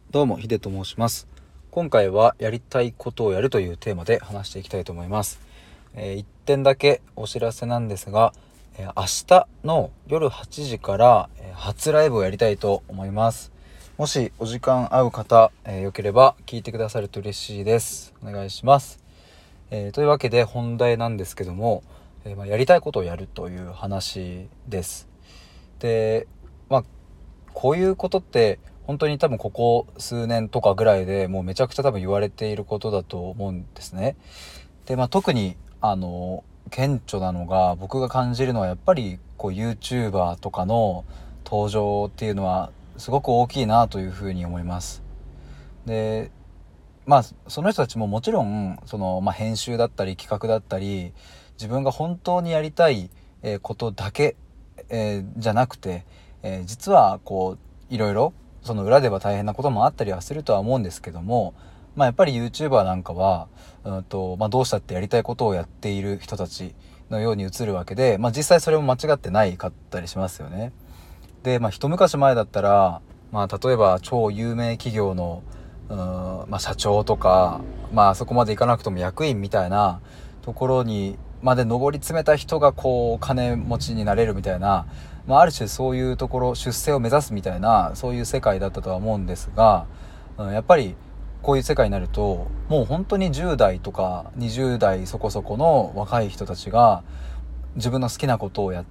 どうもヒデと申します。今回はやりたいことをやるというテーマで話していきたいと思います。1点だけお知らせなんですが、明日の夜8時から、初ライブをやりたいと思います。もしお時間合う方、よければ聞いてくださると嬉しいです。お願いします。というわけで本題なんですけども、やりたいことをやるという話です。で、こういうことって本当に多分ここ数年とかぐらいでもうめちゃくちゃ多分言われていることだと思うんですね。で、特に顕著なのが、僕が感じるのはやっぱりこう YouTuber とかの登場っていうのはすごく大きいなというふうに思います。で、その人たちももちろん編集だったり企画だったり自分が本当にやりたいことだけじゃなくて、実はこういろいろその裏では大変なこともあったりはするとは思うんですけども、やっぱり YouTuber なんかはどうしたってやりたいことをやっている人たちのように映るわけで、実際それも間違ってないかったりしますよね。で、一昔前だったら、例えば超有名企業の社長とか、そこまでいかなくとも役員みたいなところにまで上り詰めた人がこう金持ちになれるみたいな、ある種そういうところ出世を目指すみたいなそういう世界だったとは思うんですが、やっぱりこういう世界になるともう本当に10代とか20代そこそこの若い人たちが自分の好きなことをやって、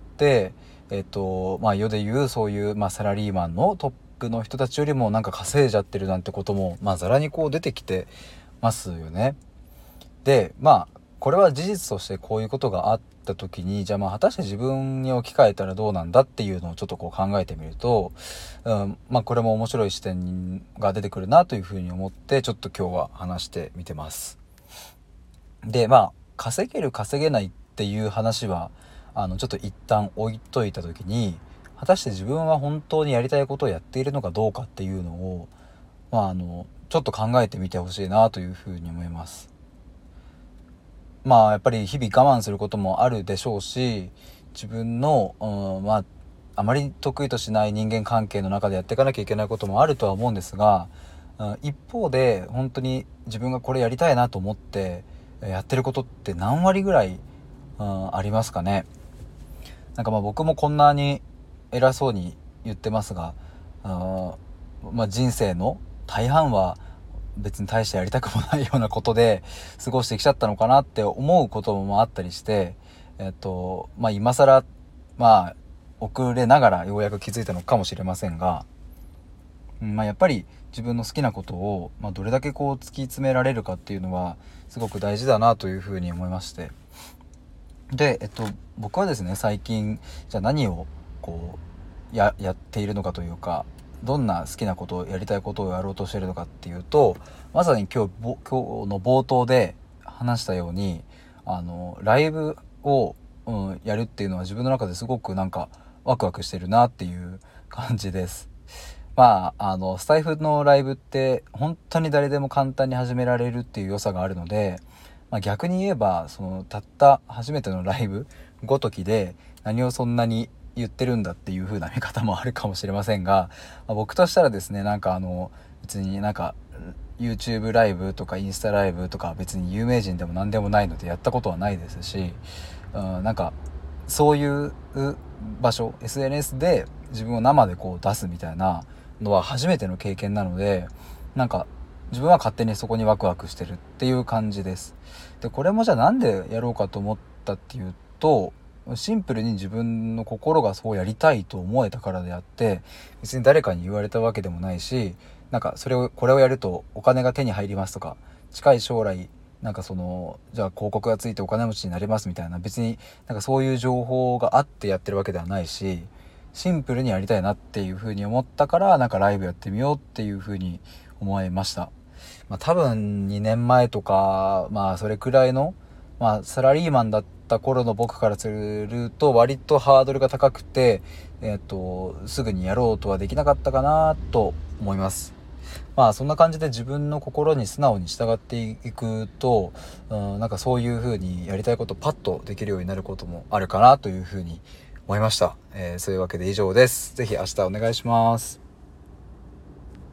世でいうそういう、サラリーマンのトップの人たちよりもなんか稼いじゃってるなんてことも、ざらにこう出てきてますよね。で、これは事実としてこういうことがあった時に、じゃあ果たして自分に置き換えたらどうなんだっていうのをちょっとこう考えてみると、これも面白い視点が出てくるなというふうに思って、ちょっと今日は話してみてます。で、稼げる稼げないっていう話はちょっと一旦置いといた時に、果たして自分は本当にやりたいことをやっているのかどうかっていうのをちょっと考えてみてほしいなというふうに思います。やっぱり日々我慢することもあるでしょうし、自分の、あまり得意としない人間関係の中でやっていかなきゃいけないこともあるとは思うんですが、一方で本当に自分がこれやりたいなと思ってやってることって何割ぐらい、ありますかね。僕もこんなに偉そうに言ってますが、人生の大半は別に大してやりたくもないようなことで過ごしてきちゃったのかなって思うこともあったりして、今更遅れながらようやく気づいたのかもしれませんが、やっぱり自分の好きなことを、どれだけこう突き詰められるかっていうのはすごく大事だなというふうに思いまして、で、僕はですね、最近じゃあ何をこうやっているのかというか、どんな好きなことをやりたいことをやろうとしているのかっていうと、まさに今日の冒頭で話したようにライブを、やるっていうのは自分の中ですごくなんかワクワクしてるなっていう感じです。スタイフのライブって本当に誰でも簡単に始められるっていう良さがあるので、逆に言えばそのたった初めてのライブごときで何をそんなに言ってるんだっていう風な見方もあるかもしれませんが、僕としたらですね、別にYouTube ライブとかインスタライブとか別に有名人でも何でもないのでやったことはないですし、そういう場所 SNS で自分を生でこう出すみたいなのは初めての経験なので、自分は勝手にそこにワクワクしてるっていう感じです。で、これもじゃあなんでやろうかと思ったっていうと、シンプルに自分の心がそうやりたいと思えたからであって、別に誰かに言われたわけでもないし、これをやるとお金が手に入りますとか、近い将来じゃあ広告がついてお金持ちになれますみたいな、別にそういう情報があってやってるわけではないし、シンプルにやりたいなっていう風に思ったから、ライブやってみようっていう風に思いました。多分2年前とかそれくらいのサラリーマンだった頃の僕からすると割とハードルが高くて、すぐにやろうとはできなかったかなと思います。そんな感じで自分の心に素直に従っていくと、そういう風にやりたいことパッとできるようになることもあるかなという風に思いました。そういうわけで以上です。ぜひ明日お願いします。